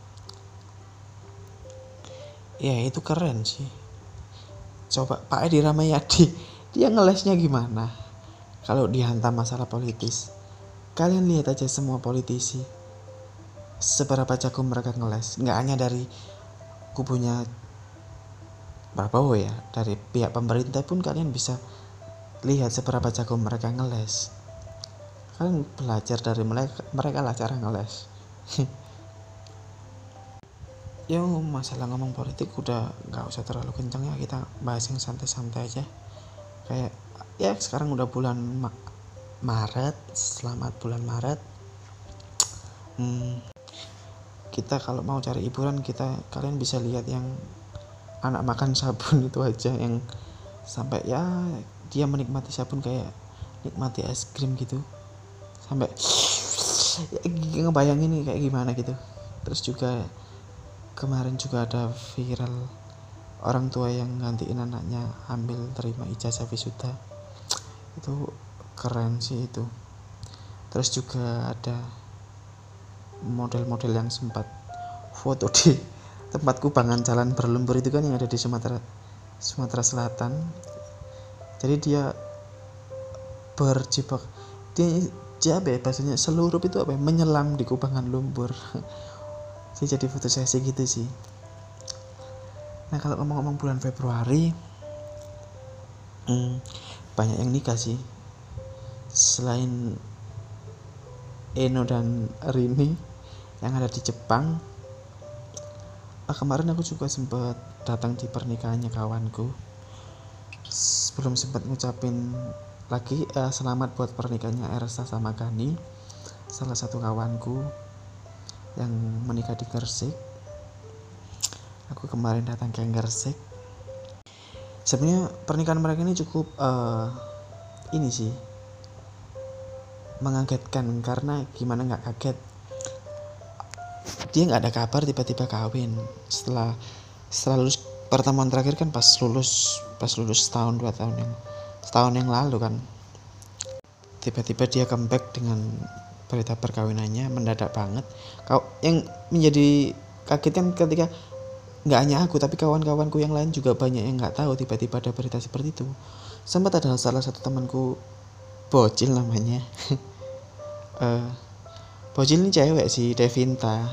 Ya itu keren sih. Coba Pak Edi Rahmayadi dia ngelesnya gimana kalau dihantam masalah politis. Kalian lihat aja semua politisi seberapa jago mereka ngeles. Nggak hanya dari kubunya Prabowo ya, dari pihak pemerintah pun kalian bisa lihat seberapa jago mereka ngeles. Kalian belajar dari mereka, mereka lah cara ngeles. Ya masalah ngomong politik udah nggak usah terlalu kencang ya, kita bahas yang santai-santai aja. Kayak ya sekarang udah bulan Maret. Selamat bulan Maret. hmm, Kita kalau mau cari hiburan, kita kalian bisa lihat yang anak makan sabun itu aja, yang sampai ya dia menikmati sabun kayak nikmati es krim gitu, sampai ya, ngebayangin nih kayak gimana gitu. Terus juga kemarin juga ada viral orang tua yang gantiin anaknya ambil terima ijazah wisuda, itu keren sih itu. Terus juga ada model-model yang sempat foto di tempat kubangan jalan berlumpur itu kan, yang ada di Sumatera Sumatera Selatan. Jadi dia berjebak, dia dia apa ya bahasanya, seluruh itu apa ya, menyelam di kubangan lumpur. Jadi jadi foto sesi gitu sih. Nah kalau ngomong-ngomong bulan Februari, hmm, banyak yang nikah sih. Selain Eno dan Rini yang ada di Jepang, ah, kemarin aku juga sempat datang di pernikahannya kawanku. Sebelum sempat ngucapin lagi eh, selamat buat pernikahannya Ersa sama Gani, salah satu kawanku yang menikah di Gresik. Aku kemarin datang ke Gresik. Sebenarnya pernikahan mereka ini cukup uh, ini sih mengagetkan, karena gimana nggak kaget, dia nggak ada kabar tiba-tiba kawin setelah setelah lulus. Pertemuan terakhir kan pas lulus pas lulus setahun dua tahun yang setahun yang lalu kan, tiba-tiba dia comeback dengan berita perkawinannya mendadak banget. Kau yang menjadi kaget kan ketika nggak hanya aku tapi kawan-kawanku yang lain juga banyak yang nggak tahu tiba-tiba ada berita seperti itu. Sempat ada salah satu temanku, Bocil namanya. uh, Bocil ini cewek sih, Devinta.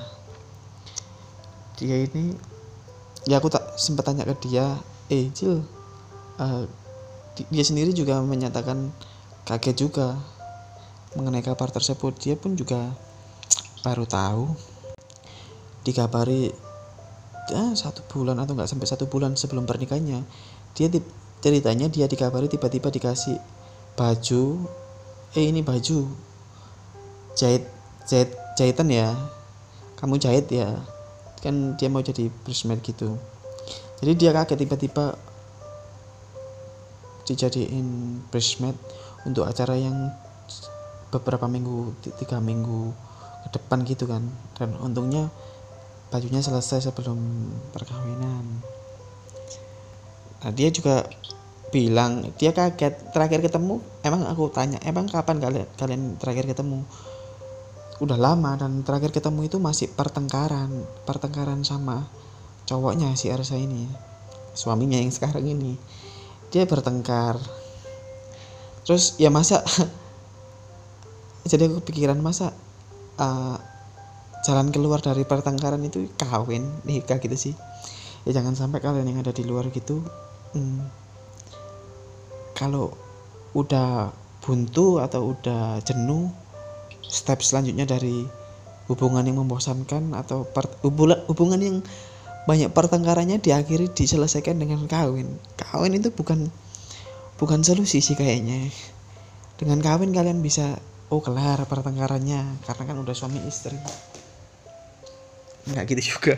Dia ini, ya aku tak sempat tanya ke dia, eh Cil, uh, dia sendiri juga menyatakan kaget juga mengenai kabar tersebut. Dia pun juga baru tahu, dikabari ya, satu bulan atau nggak sampai satu bulan sebelum pernikahannya. Dia ceritanya dia dikabari tiba-tiba dikasih baju, eh ini baju jahit jahit jahitan ya, kamu jahit ya, kan dia mau jadi bridesmaid gitu. Jadi dia kaget tiba-tiba dijadiin bridesmaid untuk acara yang beberapa minggu, tiga minggu ke depan gitu kan. Dan untungnya bajunya selesai sebelum perkawinan. Nah dia juga bilang dia kaget terakhir ketemu. Emang aku tanya, emang kapan kalian kalian terakhir ketemu? Udah lama, dan terakhir ketemu itu masih pertengkaran pertengkaran sama cowoknya si Ersa ini, suaminya yang sekarang ini. Dia bertengkar terus ya, masa jadi aku pikiran masa uh, jalan keluar dari pertengkaran itu kawin nikah gitu sih. Ya jangan sampai kalian yang ada di luar gitu, hmm, kalau udah buntu atau udah jenuh, step selanjutnya dari hubungan yang membosankan atau per, hubungan yang banyak pertengkarannya diakhiri diselesaikan dengan kawin. Kawin itu bukan bukan solusi sih kayaknya. Dengan kawin kalian bisa oh kelar pertengkarannya karena kan udah suami istri. Nggak gitu juga.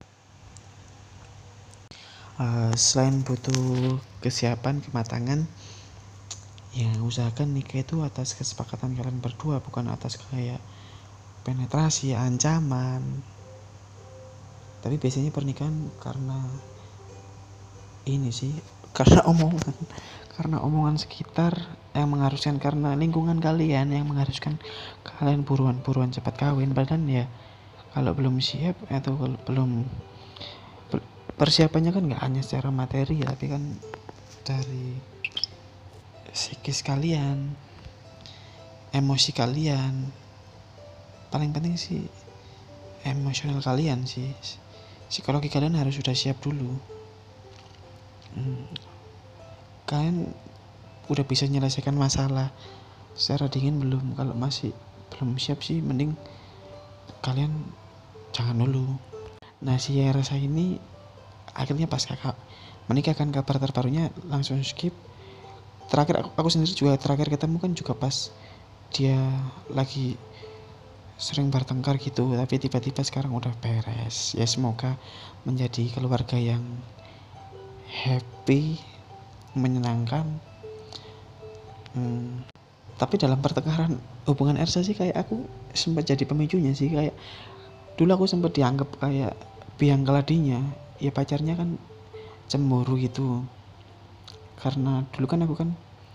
uh, selain butuh kesiapan, kematangan, ya usahakan nikah itu atas kesepakatan kalian berdua, bukan atas kayak penetrasi, ancaman. Tapi biasanya pernikahan karena ini sih, karena omongan karena omongan sekitar yang mengharuskan, karena lingkungan kalian yang mengharuskan kalian buruan-buruan cepat kawin. Padahal ya kalau belum siap atau kalau belum, persiapannya kan nggak hanya secara materi tapi kan dari psikis kalian, emosi kalian, paling penting sih emosional kalian sih, psikologi kalian harus sudah siap dulu. hmm. Kalian udah bisa menyelesaikan masalah secara dingin belum? Kalau masih belum siap sih mending kalian jangan dulu. Nah si Ersa ini akhirnya pas kakak menikahkan, kabar terbarunya langsung skip. Terakhir aku, aku sendiri juga terakhir ketemu kan juga pas dia lagi sering bertengkar gitu, tapi tiba-tiba sekarang udah beres. Ya semoga menjadi keluarga yang happy, menyenangkan. hmm, tapi dalam pertengkaran hubungan Ersa sih kayak aku sempat jadi pemicunya sih. Kayak dulu aku sempat dianggap kayak biang keladinya, ya pacarnya kan cemburu gitu, karena dulu kan aku kan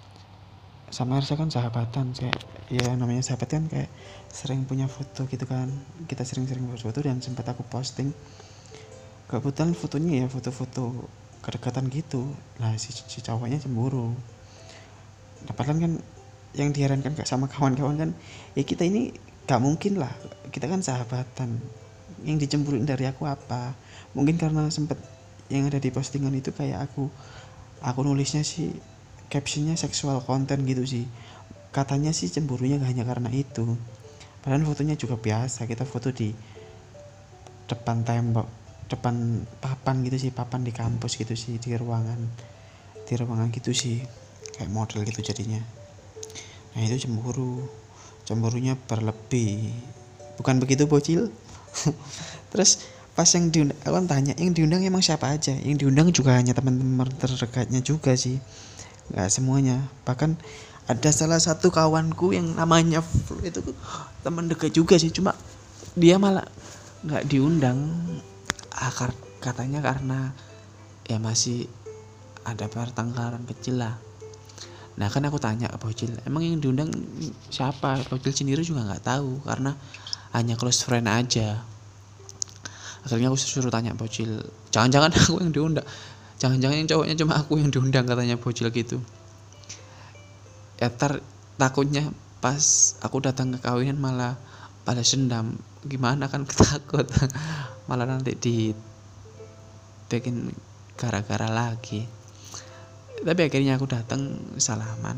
sama Ersa kan sahabatan, kayak ya namanya sahabat kan kayak sering punya foto gitu kan, kita sering-sering foto dan sempat aku posting. Kebetulan fotonya ya foto-foto kedekatan gitu lah, si, si cowoknya cemburu. Nah padahal kan yang diherankan kayak sama kawan-kawan kan, ya kita ini gak mungkin lah, kita kan sahabatan, yang dicemburuin dari aku apa. Mungkin karena sempet yang ada di postingan itu kayak aku aku nulisnya sih captionnya seksual konten gitu sih, katanya sih cemburunya gak hanya karena itu. Padahal fotonya juga biasa, kita foto di depan tembok, depan papan gitu sih, papan di kampus gitu sih, di ruangan di ruangan gitu sih, kayak model gitu jadinya. Nah itu cemburu, cemburunya berlebih, bukan begitu bocil? Terus pas yang diundang, aku kan tanya yang diundang emang siapa aja. Yang diundang juga hanya teman-teman terdekatnya juga sih, nggak semuanya. Bahkan ada salah satu kawanku yang namanya Flo, itu teman dekat juga sih, cuma dia malah nggak diundang. Akar katanya karena ya masih ada pertengkaran kecil lah. Nah kan aku tanya ke Bocil, emang yang diundang siapa? Bocil sendiri juga nggak tahu karena hanya close friend aja. Akhirnya aku suruh tanya Bocil, jangan-jangan aku yang diundang, jangan-jangan yang cowoknya cuma aku yang diundang, katanya Bocil gitu. Ya tar, takutnya pas aku datang ke kawinan malah balas dendam, gimana kan ketakut malah nanti di bikin gara-gara lagi. Tapi akhirnya aku datang, salaman,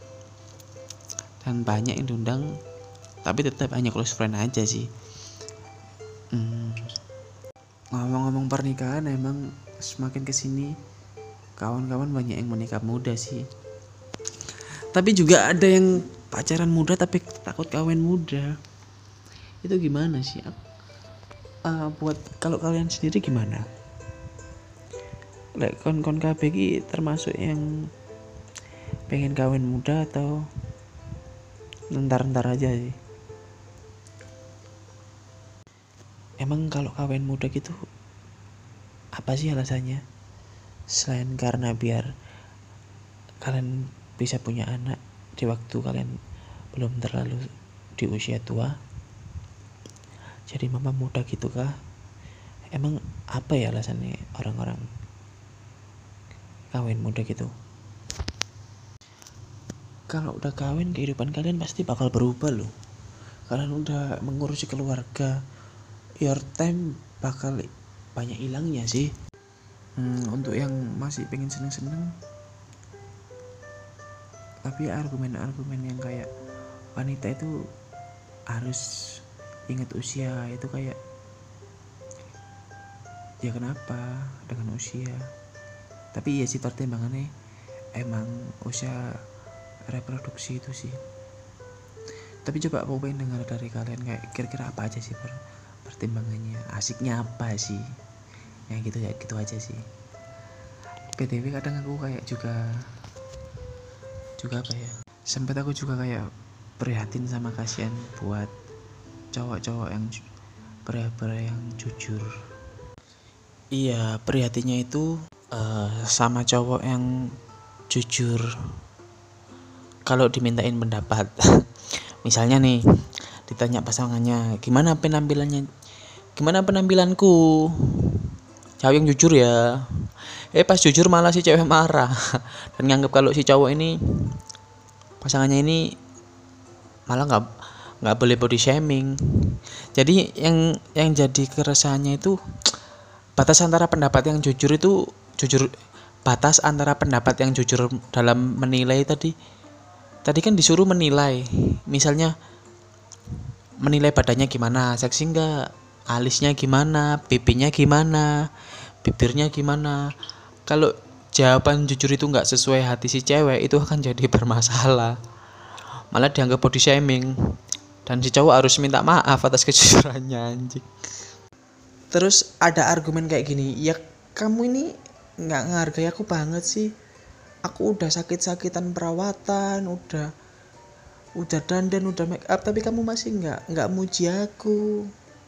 dan banyak yang diundang, tapi tetap hanya close friend aja sih. hmm. Ngomong-ngomong pernikahan, emang semakin kesini kawan-kawan banyak yang menikah muda sih. Tapi juga ada yang pacaran muda tapi takut kawin muda. Itu gimana sih? Uh, buat kalau kalian sendiri gimana? Lek kon-kon K B ki termasuk yang pengen kawin muda atau ntar-ntar aja sih? Emang kalau kawin muda gitu apa sih alasannya? Selain karena biar kalian bisa punya anak di waktu kalian belum terlalu di usia tua, jadi mama muda gitu kah? Emang apa ya alasannya orang-orang kawin muda gitu? Kalau udah kawin, kehidupan kalian pasti bakal berubah loh. Kalian udah mengurusi keluarga, your time bakal banyak hilangnya sih. hmm, Untuk yang masih pengen seneng-seneng, tapi argumen-argumen yang kayak wanita itu harus ingat usia, itu kayak ya kenapa dengan usia? Tapi iya sih pertimbangannya emang usia reproduksi itu sih. Tapi coba aku pengen dengar dari kalian, kayak kira-kira apa aja sih pertimbangannya, asiknya apa sih, ya gitu ya, gitu aja sih. B T W kadang aku kayak juga juga apa ya, sempet aku juga kayak prihatin sama kasihan buat cowok-cowok yang pria-pria yang jujur. Iya, prihatinnya itu uh, sama cowok yang jujur kalau dimintain pendapat. Misalnya nih, ditanya pasangannya, gimana penampilannya, gimana penampilanku, cowok yang jujur ya. Eh pas jujur malah si cewek marah dan nganggap kalau si cowok ini, pasangannya ini malah nggak nggak boleh body shaming. Jadi yang yang jadi keresahannya itu batas antara pendapat yang jujur itu jujur batas antara pendapat yang jujur dalam menilai tadi tadi kan disuruh menilai, misalnya menilai badannya gimana, seksi nggak, alisnya gimana, pipinya gimana, bibirnya gimana. Kalau jawaban jujur itu nggak sesuai hati si cewek, itu akan jadi bermasalah. malah dianggap body shaming, dan si cowok harus minta maaf atas kejujurannya anjing. Terus ada argumen kayak gini, ya kamu ini nggak ngehargai aku banget sih, aku udah sakit-sakitan perawatan, udah udah dandan, udah make up, tapi kamu masih nggak nggak muji aku.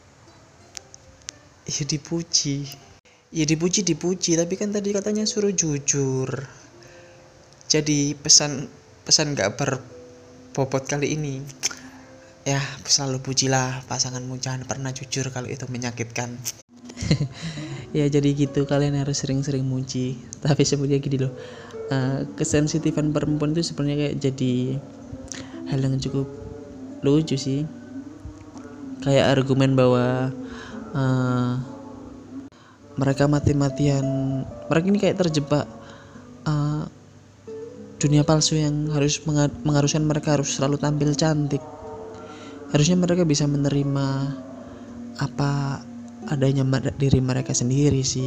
Ya dipuji, ya dipuji dipuji, tapi kan tadi katanya suruh jujur. Jadi pesan pesan nggak berbobot kali ini, ya selalu pujilah pasanganmu, jangan pernah jujur kalau itu menyakitkan. Ya jadi gitu, kalian harus sering-sering muji. Tapi sebenarnya gini loh, uh, kesensitifan perempuan itu sebenarnya kayak jadi hal yang cukup lucu sih. Kayak argumen bahwa uh, mereka mati-matian, mereka ini kayak terjebak uh, dunia palsu yang harus menga- mengharuskan mereka harus selalu tampil cantik. Harusnya mereka bisa menerima apa adanya diri mereka sendiri sih.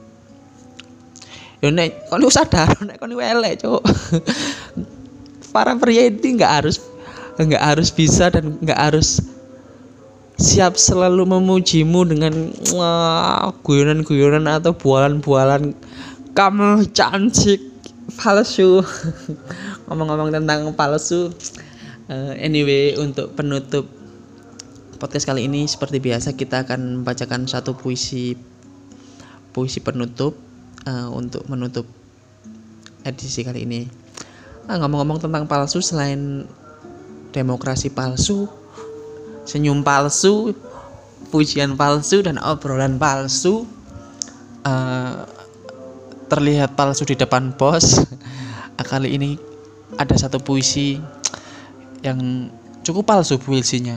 Yo nek kon sadar nek kon elek, Cuk. Para pria ini nggak harus nggak harus bisa dan nggak harus siap selalu memujimu dengan wah, guyonan-guyonan atau bualan-bualan kamu cantik palsu. Ngomong-ngomong tentang palsu, uh, anyway, untuk penutup podcast kali ini seperti biasa kita akan membacakan satu puisi puisi penutup uh, untuk menutup edisi kali ini. Nah, ngomong-ngomong tentang palsu, selain demokrasi palsu, senyum palsu, pujian palsu, dan obrolan palsu, uh, terlihat palsu di depan bos. Kali ini ada satu puisi yang cukup palsu puisinya.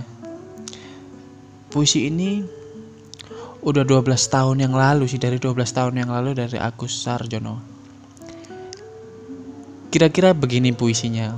Puisi ini udah dua belas tahun yang lalu sih, dari dua belas tahun yang lalu, dari Agus Sarjono. Kira-kira begini puisinya.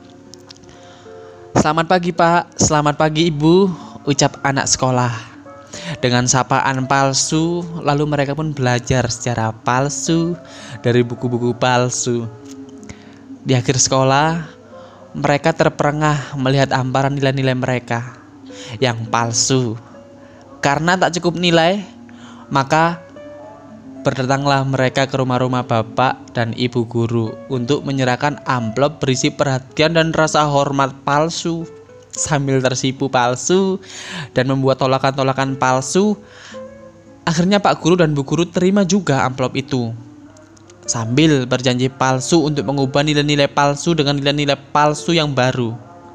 Selamat pagi Pak, selamat pagi Ibu, ucap anak sekolah. Dengan sapaan palsu, lalu mereka pun belajar secara palsu dari buku-buku palsu. Di akhir sekolah, mereka terperangah melihat hamparan nilai-nilai mereka yang palsu. Karena tak cukup nilai, maka berdatanglah mereka ke rumah-rumah bapak dan ibu guru untuk menyerahkan amplop berisi perhatian dan rasa hormat palsu sambil tersipu palsu dan membuat tolakan-tolakan palsu. Akhirnya Pak Guru dan Bu Guru terima juga amplop itu sambil berjanji palsu untuk mengubah nilai-nilai palsu dengan nilai-nilai palsu yang baru.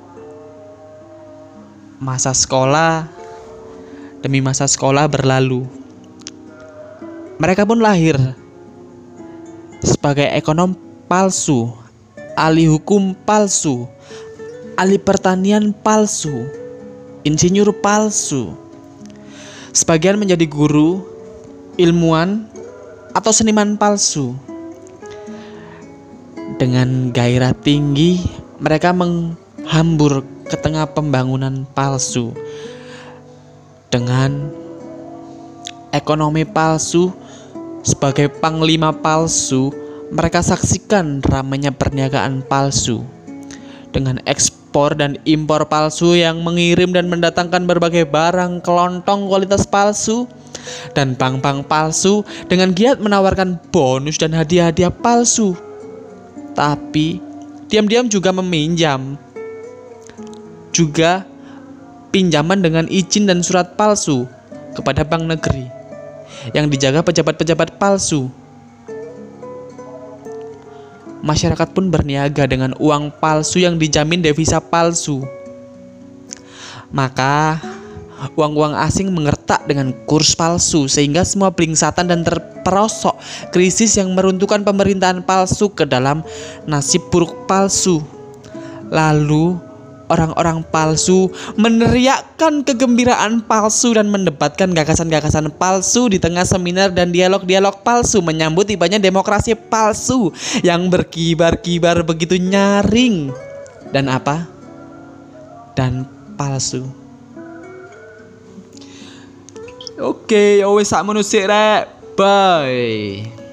Masa sekolah demi masa sekolah berlalu. Mereka pun lahir sebagai ekonom palsu, ahli hukum palsu, ahli pertanian palsu, insinyur palsu. Sebagian menjadi guru, ilmuwan, atau seniman palsu. Dengan gairah tinggi, mereka menghambur ke tengah pembangunan palsu. Dengan ekonomi palsu sebagai panglima palsu, mereka saksikan ramainya perniagaan palsu. Dengan ekspor dan impor palsu yang mengirim dan mendatangkan berbagai barang kelontong kualitas palsu, dan bank-bank palsu dengan giat menawarkan bonus dan hadiah-hadiah palsu. Tapi diam-diam juga meminjam juga pinjaman dengan izin dan surat palsu kepada bank negeri yang dijaga pejabat-pejabat palsu. Masyarakat pun berniaga dengan uang palsu yang dijamin devisa palsu. Maka uang-uang asing mengertak dengan kurs palsu sehingga semua belingsatan dan terperosok krisis yang meruntuhkan pemerintahan palsu ke dalam nasib buruk palsu. Lalu orang-orang palsu meneriakkan kegembiraan palsu dan mendebatkan gagasan-gagasan palsu di tengah seminar dan dialog-dialog palsu menyambut tibanya demokrasi palsu yang berkibar-kibar begitu nyaring dan apa? Dan palsu. Oke, wis sakmono sik rek. Bye.